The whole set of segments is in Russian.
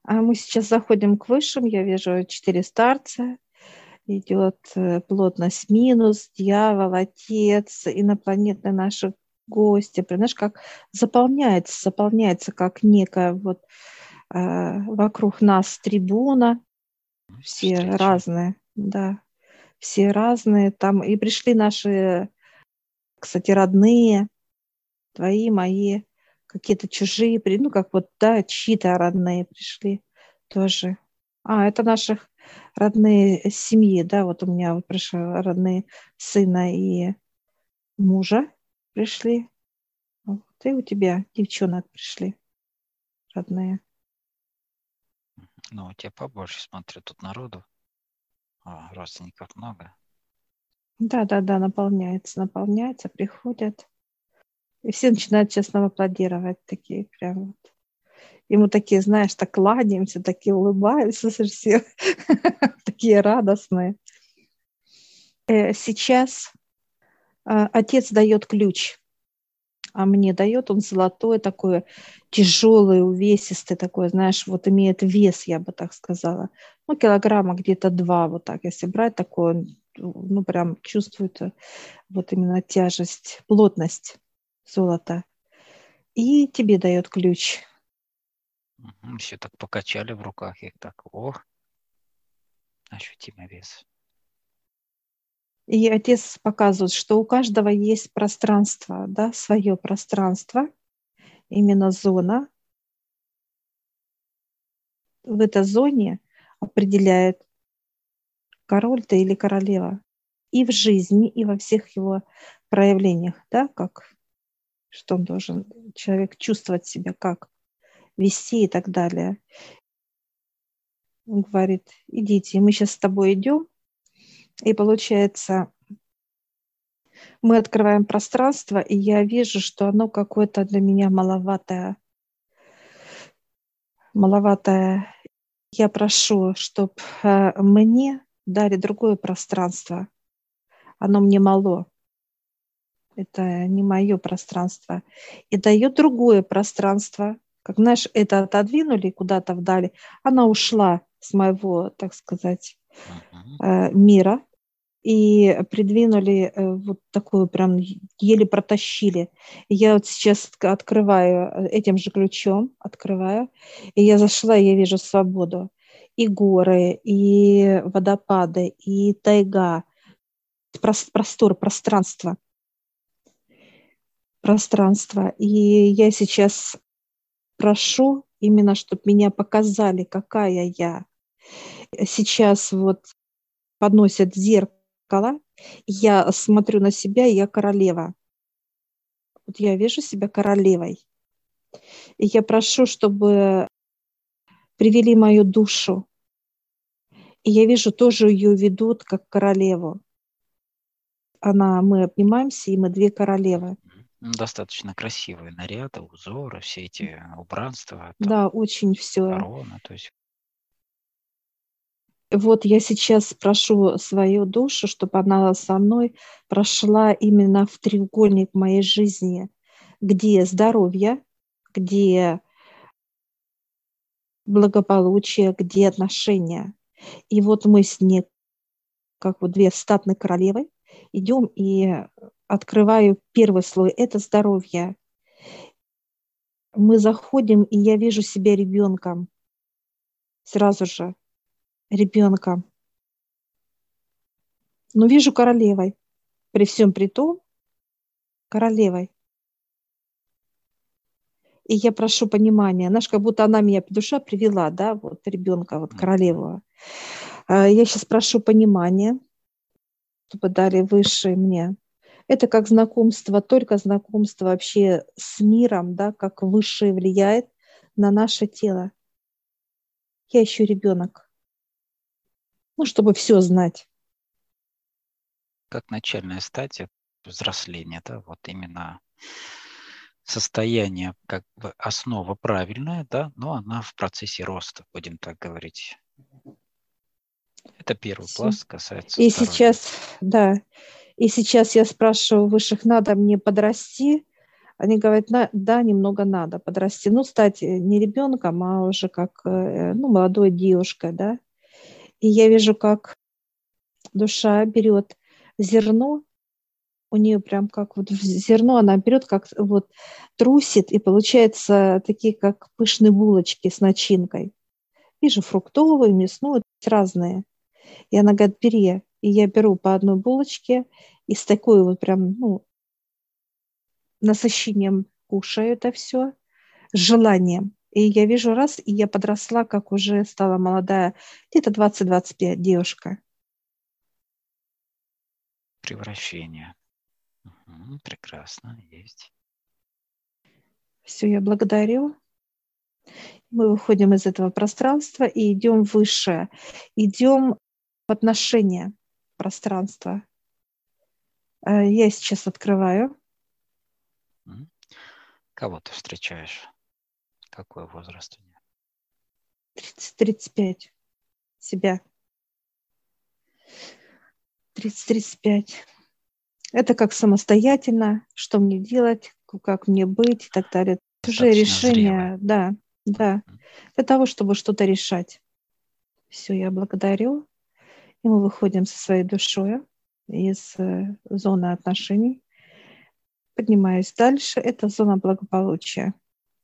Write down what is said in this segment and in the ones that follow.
А мы сейчас заходим к высшим, я вижу 4 старца, идет плотность минус, дьявол, отец, инопланетные наши гости. Знаешь, как заполняется как некая вот вокруг нас трибуна, все Встреча. разные, да, все разные. Там и пришли наши, кстати, родные, твои, мои, какие-то чужие, ну, как вот, да, чьи-то родные пришли тоже. Это наших родные семьи, да, вот у меня вот пришли родные сына и мужа пришли. Вот, и у тебя девчонок пришли родные. Ну, у тебя побольше, смотрю, тут народу. Родственников много. Да, наполняется, приходят. И все начинают честно аплодировать, такие прям вот. Ему такие, знаешь, так кланяемся, такие улыбаемся все, такие радостные. Сейчас отец дает ключ, а мне дает он золотой, такой тяжелый, увесистый, такой, знаешь, вот имеет вес, я бы так сказала. Ну, килограмма где-то 2, вот так, если брать такой, он, ну, прям чувствуется вот именно тяжесть, плотность золота. И тебе дает ключ. Еще так покачали в руках их так. Ох, ощутимый вес. И отец показывает, что у каждого есть пространство, да, свое пространство, именно зона. В этой зоне определяет, король ты или королева. И в жизни, и во всех его проявлениях, да, как, что он должен, человек чувствовать себя, как вести и так далее. Он говорит, идите, мы сейчас с тобой идем, и получается, мы открываем пространство, и я вижу, что оно какое-то для меня маловатое. Я прошу, чтобы мне дали другое пространство. Оно мне мало. Это не мое пространство. И дает другое пространство. Как, знаешь, это отодвинули куда-то вдали. Она ушла с моего, так сказать, мира. И придвинули вот такую прям, еле протащили. И я вот сейчас открываю этим же ключом, открываю, и я зашла, и я вижу свободу. И горы, и водопады, и тайга, простор, пространство. И я сейчас прошу именно, чтобы меня показали, какая я. Сейчас вот подносят зеркало, я смотрю на себя, и я королева. Вот я вижу себя королевой. И я прошу, чтобы привели мою душу. И я вижу, тоже ее ведут как королеву. Мы обнимаемся, и мы 2 королевы. Достаточно красивые наряды, узоры, все эти убранства, там, Да, очень все. корона, то есть. Вот я сейчас прошу свою душу, чтобы она со мной прошла именно в треугольник моей жизни, где здоровье, где благополучие, где отношения. И вот мы с ней, как вот 2 статные королевы, идем и открываю первый слой. Это здоровье. Мы заходим, и я вижу себя ребенком. Сразу же ребенком. Но вижу королевой. При всем при том, королевой. И я прошу понимания. Знаешь, как будто она меня, душа привела, да, вот ребенка, вот королеву. Я сейчас прошу понимания, чтобы дали высшие мне. Это как знакомство, только знакомство вообще с миром, да, как высшее влияет на наше тело. Я еще ребенок. Ну, чтобы все знать. Как начальная стадия взросления, да, вот именно состояние, как бы основа правильная, да, но она в процессе роста, будем так говорить. Это первый пласт, касается И здоровья. сейчас, да, и сейчас я спрашиваю высших, надо мне подрасти, Они говорят, да, немного надо подрасти. Ну, стать не ребенком, а уже как молодой девушкой, да. И я вижу, как душа берет зерно, у нее прям как вот зерно, она берет, как вот трусит, и получается такие, как пышные булочки с начинкой. Вижу фруктовые, мясную, разные. И она говорит, бери. И я беру по одной булочке и с такой вот прям, насыщением кушаю это все, с желанием. И я вижу раз, и я подросла, как уже стала молодая, где-то 20-25 девушка. Превращение. Прекрасно, есть. Все, я благодарю. Мы выходим из этого пространства и идем выше. Идем в отношения пространства. Я сейчас открываю. Кого ты встречаешь? Какой возраст у нее? 30-35. Себя. 30-35. Это как самостоятельно, что мне делать, как мне быть и так далее. Уже Достаточно решение, зрелая. да. Для того, чтобы что-то решать. Все, я благодарю. И мы выходим со своей душой из зоны отношений. Поднимаюсь дальше. Это зона благополучия.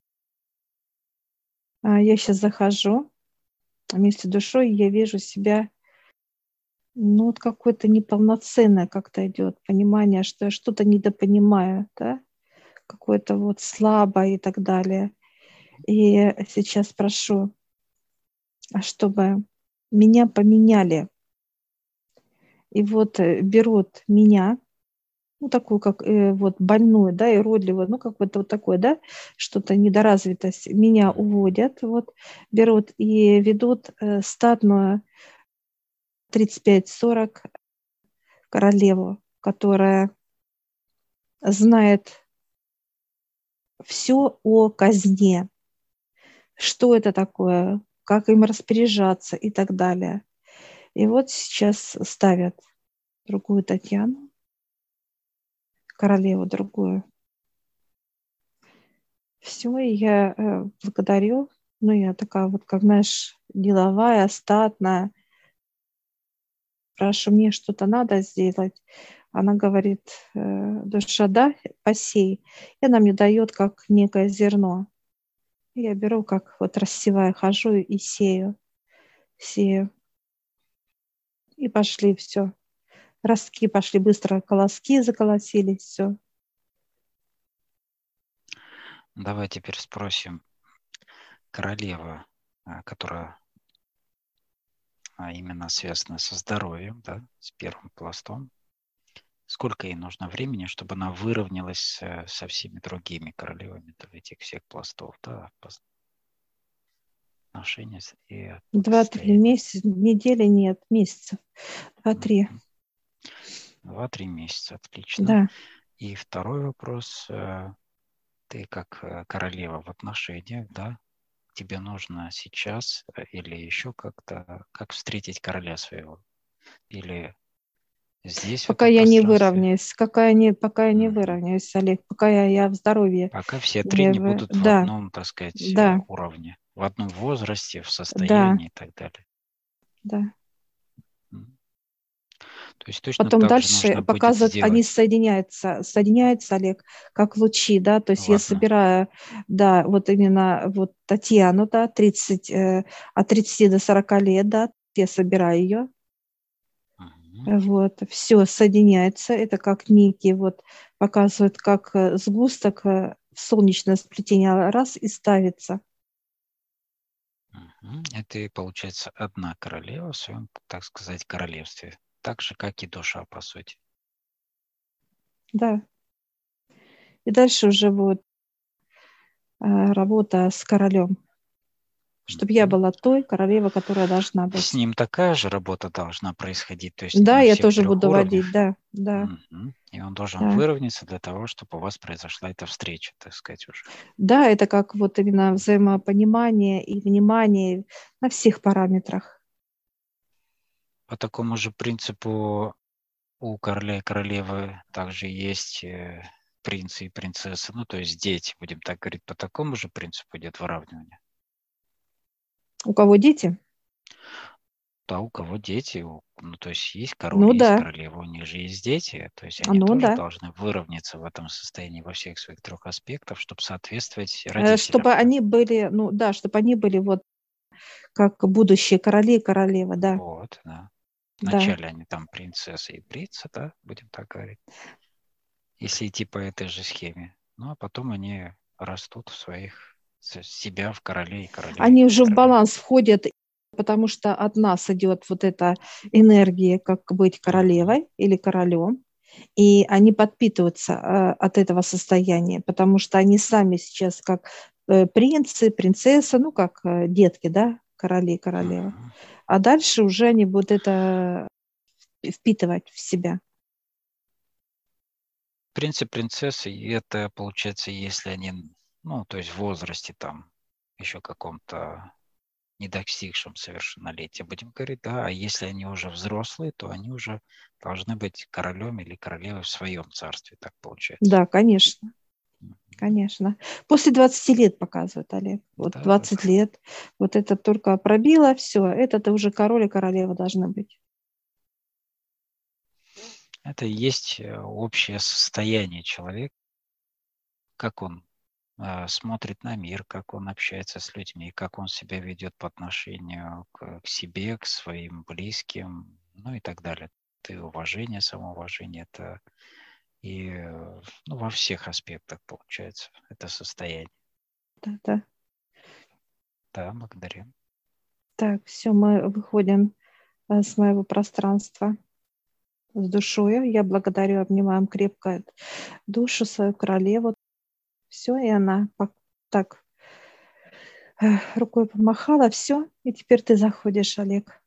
Я сейчас захожу вместе с душой, и я вижу себя, вот какое-то неполноценное как-то идет понимание, что я что-то недопонимаю, да, какое-то вот слабое и так далее. И сейчас прошу, чтобы меня поменяли. И вот берут меня, такую, как вот больную, да, иродливую, как вот такое, да, что-то недоразвитость. Меня уводят, вот, берут и ведут статную 35-40 королеву, которая знает все о казне, что это такое, как им распоряжаться и так далее. И вот сейчас ставят другую Татьяну, королеву другую. Все, и я благодарю. Я такая вот, как, знаешь, деловая, статная. Спрашиваю, мне что-то надо сделать. Она говорит, душа, да, посей. И она мне дает как некое зерно. Я беру, как вот рассеваю, хожу и сею. И пошли все. Ростки пошли быстро, колоски заколосились, все. Давай теперь спросим королева, которая именно связана со здоровьем, да, с первым пластом. Сколько ей нужно времени, чтобы она выровнялась со всеми другими королевами этих всех пластов, да, отношения и 2-3 состояния. месяца, недели нет, месяцев. 2-3. 2-3 месяца, отлично. Да. И второй вопрос. Ты как королева в отношениях, да, тебе нужно сейчас или еще как-то, как встретить короля своего? Или здесь, в Пока этом я не пространстве? выровняюсь, пока я не выровняюсь, Олег, пока я в здоровье. Пока все три не будут в Да, одном, так сказать, да, уровне, в одном возрасте, в да, состоянии и так далее. да. То есть точно Потом так же дальше нужно будет показывают, они сделать. соединяются, Олег, как лучи, да, то есть В я одно. собираю, да, вот именно вот Татьяну, да, от 30 до 40 лет, да, я собираю ее, вот, все соединяется, это как некий, вот, показывают, как сгусток солнечное сплетение раз и ставится. Это, получается, одна королева в своем, так сказать, королевстве. Так же, как и душа, по сути. Да. И дальше уже будет работа с королем, чтобы я была той королевой, которая должна С быть. ним такая же работа должна происходить, то есть Да, на я всех тоже трех буду уровнях. водить, да, да, И он должен да. выровняться для того, чтобы у вас произошла эта встреча, так сказать, уже. Да, это как вот именно взаимопонимание и внимание на всех параметрах. По такому же принципу у короля и королевы также есть принцы и принцессы, ну, то есть дети, будем так говорить, по такому же принципу идет выравнивание? У кого дети? Да, у кого дети, ну, то есть есть король, Ну есть да, королева, у них же есть дети, то есть они ну тоже да. должны выровняться в этом состоянии во всех своих трех аспектах, чтобы соответствовать родителям. Чтобы Да? они были, ну да, чтобы они были вот как будущие короли и королевы, да, Вот, да. да. Вначале они там принцессы и принцы, да, будем так говорить, если идти по этой же схеме. Ну, а потом они растут в своих, себя в короле и королеве Они и уже в короле. баланс входят, потому что от нас идет вот эта энергия, как быть Мгм. королевой или королем, и они подпитываются от этого состояния, потому что они сами сейчас как принцы, принцессы, ну как детки, да, короли и королевы. Мгм. А дальше уже они будут это впитывать в себя. Принцип принцессы, и это получается, если они, ну, то есть в возрасте там еще каком-то не достигшем совершеннолетия, будем говорить, да, а если они уже взрослые, то они уже должны быть королем или королевой в своем царстве, так получается. Да, конечно, Мгм. конечно. После 20 лет показывают, Олег. Вот Да, да, 20 да. лет, вот это только пробило, все, это ты уже король и королева должны быть. Это и есть общее состояние человека, как он смотрит на мир, как он общается с людьми, как он себя ведет по отношению к себе, к своим близким, ну и так далее. Это и уважение, самоуважение, это и ну, во всех аспектах получается это состояние. Да, да. Да, благодарю. Так, все, мы выходим с моего пространства с душою. Я благодарю, обнимаем крепко душу, свою королеву. Все, и она так рукой помахала, все, и теперь ты заходишь, Олег.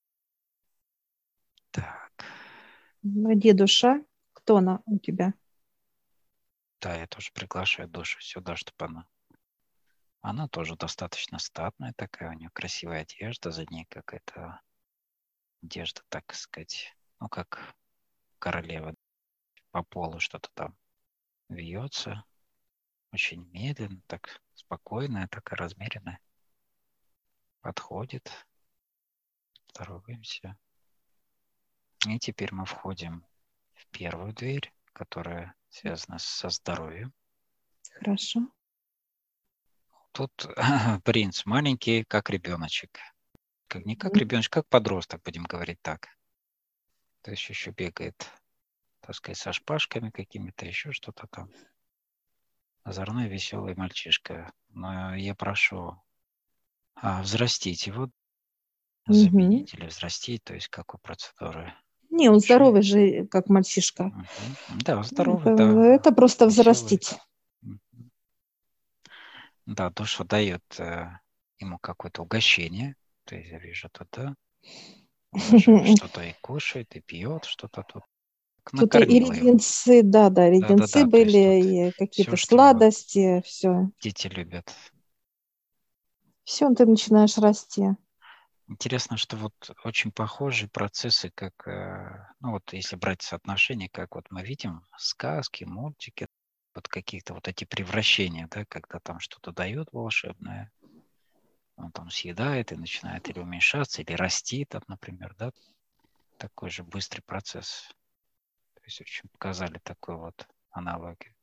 Так, Где душа? Кто она у тебя? да, я тоже приглашаю душу сюда, чтобы она тоже достаточно статная такая, у нее красивая одежда, за ней какая-то одежда, так сказать, ну, как королева по полу что-то там вьется, очень медленно, так спокойная, так и размеренная. Подходит, здороваемся. И теперь мы входим в первую дверь, которая связана со здоровьем. Хорошо. Тут принц маленький, как ребеночек. Не как Мгм. ребеночек, как подросток, будем говорить так. То есть еще бегает, так сказать, со шпажками какими-то, еще что-то там. Озорной, веселый мальчишка. Но я прошу взрастить его, Мгм. заменить или взрастить, то есть какой процедуры Не, он лучше. здоровый же, как мальчишка. Мгм. Да, Это, здоровый, да, это просто веселый. взрастить. Мгм. Да, душа дает ему какое-то угощение. То есть я вижу тут, да, он даже что-то и кушает, и пьет, что-то тут. Тут и Накормила его. леденцы, да, леденцы Да-да-да, то есть тут были, и какие-то все, что вот сладости, все. дети любят. Все, ты начинаешь расти. Интересно, что вот очень похожие процессы, как, ну вот если брать соотношение, как вот мы видим сказки, мультики, вот каких-то вот эти превращения, да, когда там что-то дает волшебное, он там съедает и начинает или уменьшаться, или расти там, например, да, такой же быстрый процесс. То есть очень показали такой вот аналогию.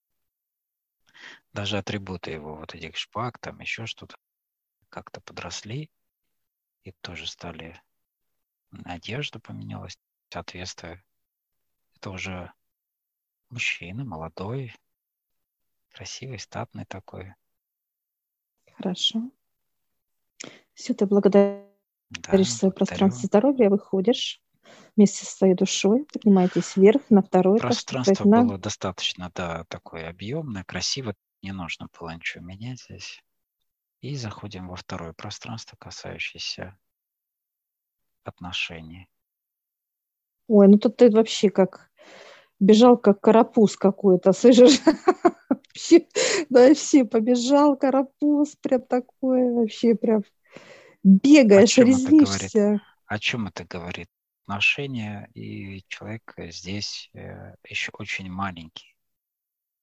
Даже атрибуты его, вот этих шпаг, там еще что-то, как-то подросли и тоже стали, одежда поменялась, соответствие. Это уже мужчина, молодой, красивый, статный такой. Хорошо. Все, ты благодаришь Да, свое пространство благодарю. здоровья, выходишь вместе со своей душой, поднимаетесь вверх на второй этаж, так сказать, Пространство на... было достаточно, да, такое объемное, красиво. Не нужно было ничего менять здесь. И заходим во второе пространство, касающееся отношений. Ой, ну тут ты вообще как бежал, как карапуз какой-то, слышишь? Вообще, да, вообще побежал карапуз, прям такой, вообще прям О бегаешь, чем это говорит? резвишься. О чем это говорит? Отношения, и человек здесь еще очень маленький.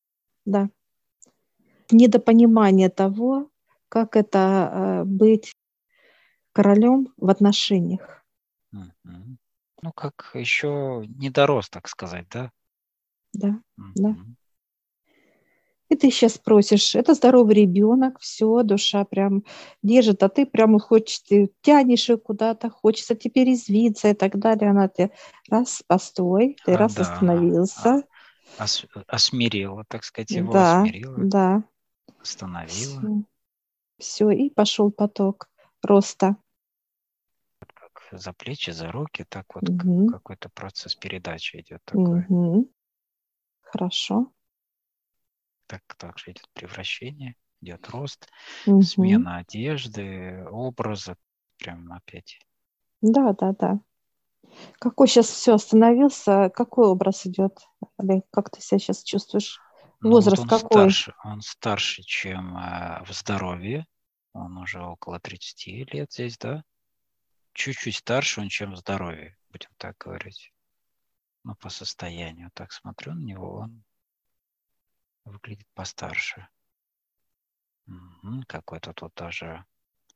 да. Недопонимание того, как это быть королем в отношениях. Мгм. Ну, как еще не дорос, так сказать, да? Да, да. Мгм. И ты сейчас просишь, это здоровый ребенок, все, душа прям держит, а ты прям хочешь, ты тянешь ее куда-то, хочется теперь извиться и так далее. Она тебе раз, постой, ты раз Да, она остановился. осмирила, так сказать, его, Да, осмирила, да, остановила. все, все, и пошел поток роста. Как за плечи, за руки, так вот Мгм, какой-то процесс передачи идет такой. мгм. Хорошо. Так же идет превращение, идет рост, Мгм. смена одежды, образа. Прям опять. Да, да, да. Какой сейчас все остановился? Какой образ идет? Олег, как ты себя сейчас чувствуешь? Ну вот Возраст какой? он старше, чем в здоровье. Он уже около 30 лет здесь, да? Чуть-чуть старше он, чем в здоровье, будем так говорить. Но по состоянию, так смотрю на него, он выглядит постарше. Мгм, какой-то тут даже,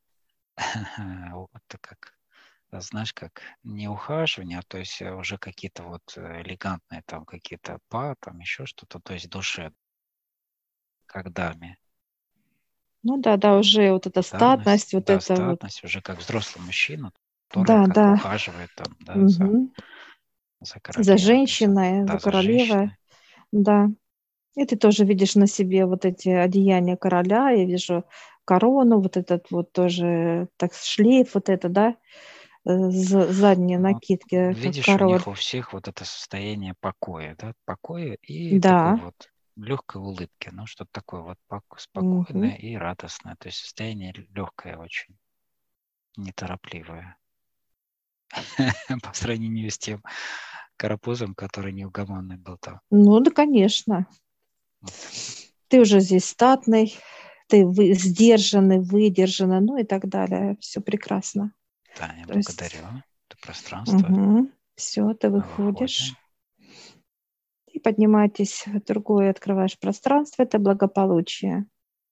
это как, знаешь, как не ухаживание, а то есть уже какие-то вот элегантные там какие-то там еще что-то, то есть душе, как даме. Ну да, да, уже вот эта Давность, статность, вот да, это вот. статность, уже как взрослый мужчина, который Да, как да. ухаживает там, да, Мгм. за За королевой, то есть он, женщиной, за да, за королевой. женщиной. Да. И ты тоже видишь на себе вот эти одеяния короля. Я вижу корону, вот этот вот тоже так шлейф, вот это, да, задние Вот накидки, как видишь, у король. них у всех вот это состояние покоя, да, покоя и такой Да. вот легкой улыбки, ну, что-то такое вот Мгм. спокойное и радостное, то есть состояние легкое очень, неторопливое по сравнению с тем карапузом, который неугомонный был там. Ну да, конечно. Ты уже здесь статный, ты сдержанный, выдержанный, ну и так далее. Все прекрасно. Да, я То есть, благодарю. Это пространство. все, ты Мы выходишь выходим. и поднимаетесь в другое, открываешь пространство, это благополучие.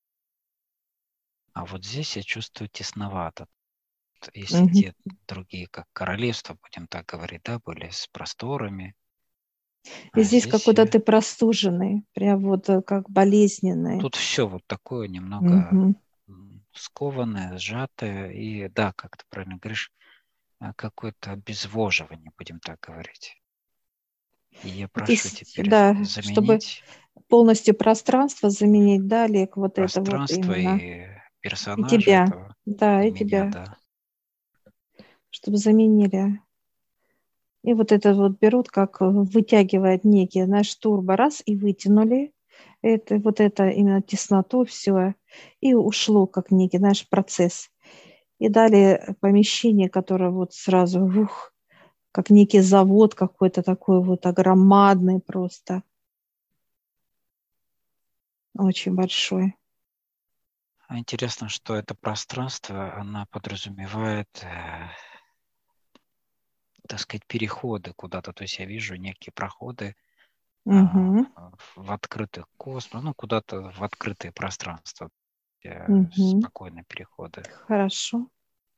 А вот здесь я чувствую тесновато. Если Мгм. те другие, как королевства, будем так говорить, да, были с просторами, И а здесь здесь какой-то ты простуженный, прям вот как болезненный. тут все вот такое немного Мгм. скованное, сжатое, и да, как ты правильно говоришь, какое-то обезвоживание, будем так говорить. И я И ты, прошу теперь да, чтобы заменить полностью пространство заменить, да, Олег, вот это вот пространство именно. и И персонажа тебя, этого, да, и и меня, тебя, да. чтобы заменили. И вот это вот берут, как вытягивает некий, знаешь, турбо, раз, и вытянули. Это именно тесноту, все. И ушло, как некий, знаешь, процесс. И дали помещение, которое вот сразу, как некий завод какой-то такой вот огромадный просто, очень большой. А интересно, что это пространство, она подразумевает, так сказать, переходы куда-то. То есть я вижу некие проходы а, Мгм, в открытый космос, ну, куда-то в открытые пространства, мгм. спокойные переходы. Хорошо.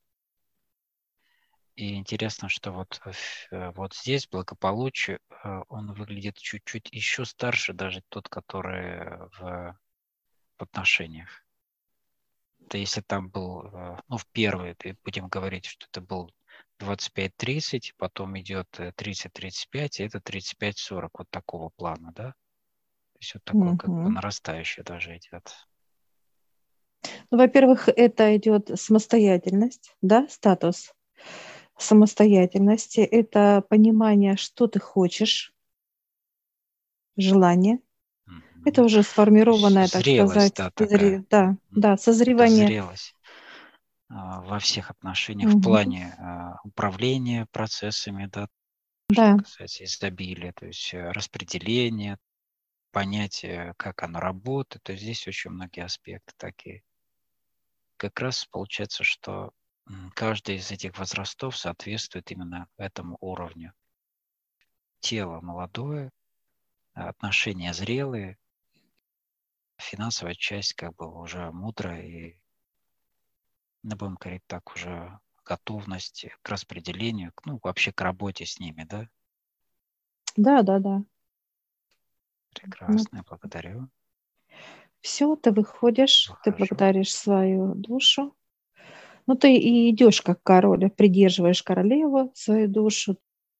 И интересно, что вот, вот здесь благополучие, он выглядит чуть-чуть еще старше, даже тот, который в отношениях. То если там был, ну, в первый, будем говорить, что это был 25-30, потом идет 30-35, и это 35-40, вот такого плана, да? То есть вот такой как бы Мгм. нарастающий даже идет. Ну, во-первых, это идет самостоятельность, да, статус самостоятельности. Это понимание, что ты хочешь, желание. Это Мгм. уже То есть сформированное, так зрелость, сказать, да, такая. да, Мгм. да, Это созревание. зрелость во всех отношениях, в Мгм. плане управления процессами, да, что Да. касается изобилия, то есть распределения, понятия, как оно работает. То есть здесь очень многие аспекты такие. Как раз получается, что каждый из этих возрастов соответствует именно этому уровню. Тело молодое, отношения зрелые, финансовая часть как бы уже мудрая и, ну, будем говорить так, уже готовность к распределению, ну, вообще к работе с ними, да? Да, да, да. Ну, Прекрасно, я благодарю. все, ты выходишь, ты Выхожу. благодаришь свою душу. Ну, ты и идешь как король, придерживаешь королеву, свою душу.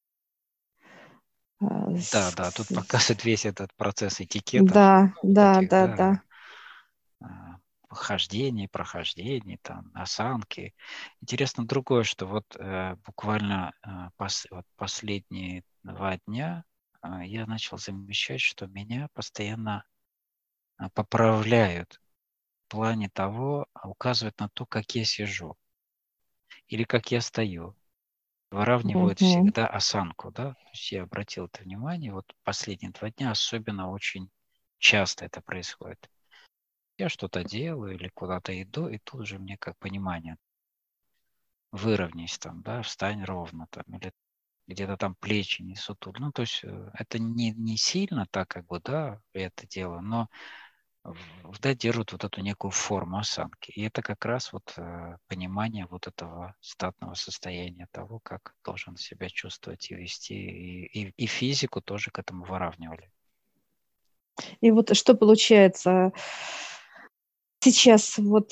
а, Да, с- да, тут с- показывает весь этот процесс этикетов, Да, вот да, этих, да, да. да, хождений, прохождений, там, осанки. Интересно другое, что вот буквально вот последние 2 дня я начал замечать, что меня постоянно поправляют в плане того, указывают на то, как я сижу или как я стою. Выравнивают Мгм. всегда осанку, да. То есть я обратил это внимание, вот последние 2 дня особенно очень часто это происходит. Я что-то делаю или куда-то иду, и тут же мне как понимание, выровняйся там, да, встань ровно там, или где-то там плечи не сутуль. Ну, то есть это не сильно так, как бы, да, я это делаю, но да, держат вот эту некую форму осанки. И это как раз вот понимание вот этого статного состояния того, как должен себя чувствовать и вести. И физику тоже к этому выравнивали. И вот что получается сейчас вот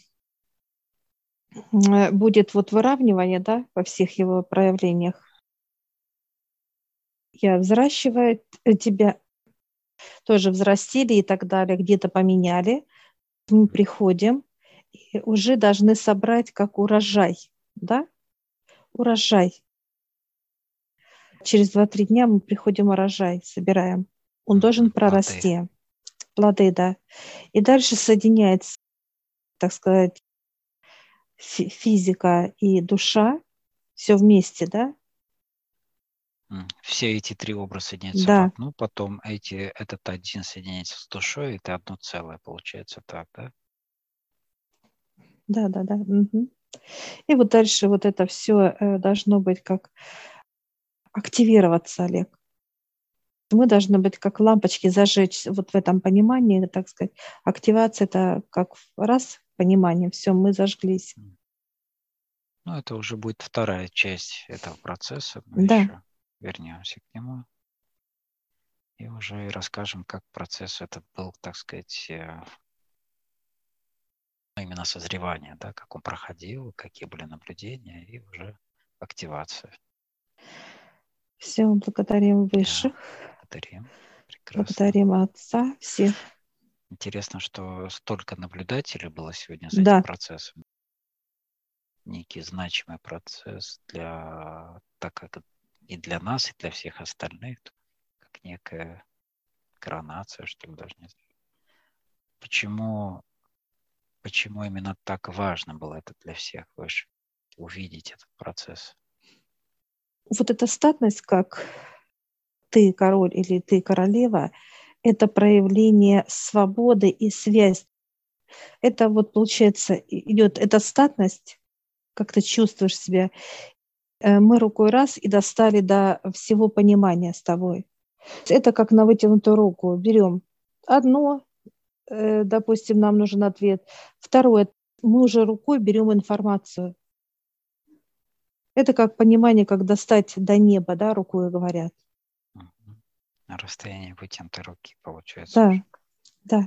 будет вот выравнивание, да, во всех его проявлениях. Я взращиваю тебя, тоже взрастили и так далее, где-то поменяли. Мы приходим и уже должны собрать как урожай, да, урожай. Через 2-3 дня мы приходим урожай, собираем. Он должен Плоды. прорасти, плоды, да. И дальше соединяется, так сказать, физика и душа, все вместе, да? Все эти 3 образа соединяются в Да, одну, потом этот один соединяется с душой, это одно целое получается так, да? да, да, да. Мгм. И вот дальше вот это все должно быть как активироваться, Олег. Мы должны быть как лампочки зажечь вот в этом понимании, так сказать. Активация – это как раз понимание, все, мы зажглись. Ну, это уже будет вторая часть этого процесса, мы Да, еще вернемся к нему. И уже расскажем, как процесс этот был, так сказать, именно созревание, да, как он проходил, какие были наблюдения и уже активация. все, благодарим Да, высших, благодарим. Прекрасно. благодарим Отца, всех. Интересно, что столько наблюдателей было сегодня за этим Да, процессом. Некий значимый процесс так как и для нас, и для всех остальных, как некая коронация, что ли, даже не знаю. Почему именно так важно было это для всех выше, увидеть этот процесс? вот эта статность, как ты король или ты королева, это проявление свободы и связь. Это вот, получается, идет эта статность, как ты чувствуешь себя. Мы рукой раз и достали до всего понимания с тобой. Это как на вытянутую руку. Берем одно, допустим, нам нужен ответ. Второе, мы уже рукой берем информацию. Это как понимание, как достать до неба, да, рукой говорят. Мгм. На расстоянии вытянутой руки получается Да, уже. да.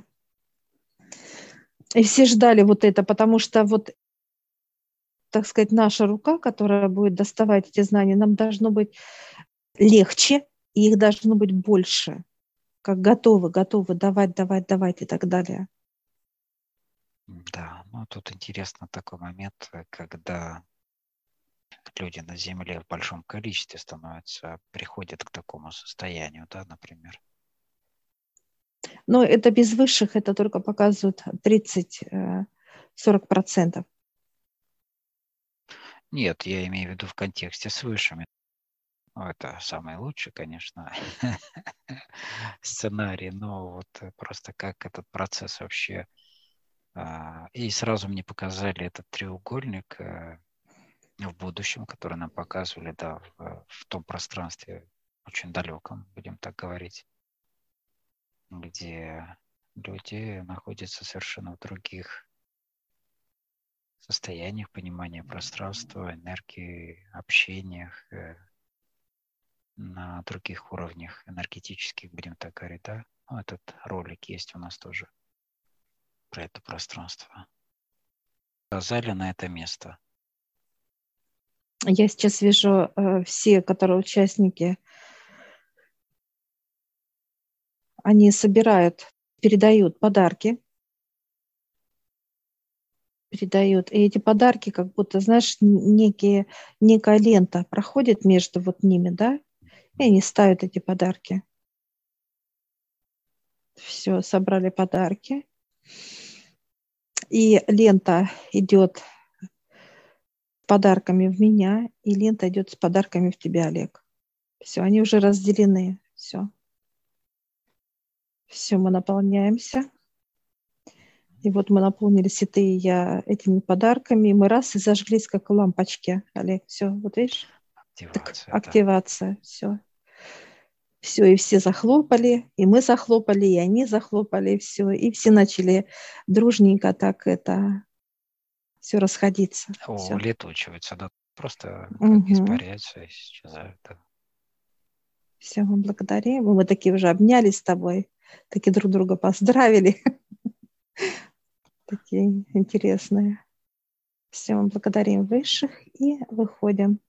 И все ждали вот это, потому что вот, так сказать, наша рука, которая будет доставать эти знания, нам должно быть легче, и их должно быть больше. Как готовы, готовы давать, давать, давать и так далее. Да, ну тут интересно такой момент, когда люди на Земле в большом количестве приходят к такому состоянию, да, например. Но это без высших, это только показывает 30-40%. Нет, я имею в виду в контексте с высшими. Ну, это самый лучший, конечно, сценарий, но вот просто как этот процесс вообще. И сразу мне показали этот треугольник в будущем, который нам показывали, да, в том пространстве очень далеком, будем так говорить, где люди находятся совершенно в других состояниях понимания пространства, энергии, общениях, на других уровнях энергетических, будем так говорить, да? Ну, этот ролик есть у нас тоже про это пространство. Указали на это место. Я сейчас вижу все, которые участники, они собирают, передают подарки. Передают. И эти подарки, как будто, знаешь, некая лента проходит между вот ними, да? И они ставят эти подарки. Все, собрали подарки. И лента идет с подарками в меня, и лента идет с подарками в тебя, Олег. Все, они уже разделены. Все. Все, мы наполняемся. И вот мы наполнились, и ты, и я, этими подарками. И мы раз и зажглись, как лампочки, Олег. Все, вот видишь? Активация. Так, активация. Все. Все, и все захлопали, и мы захлопали, и они захлопали, все, и все начали дружненько так это все расходиться. Все. Улетучивается, да, просто как Угу. испаряется, исчезает. Да. Все, мы благодарим. Мы такие уже обнялись с тобой, такие друг друга поздравили. Такие интересные. Все, мы благодарим высших и выходим.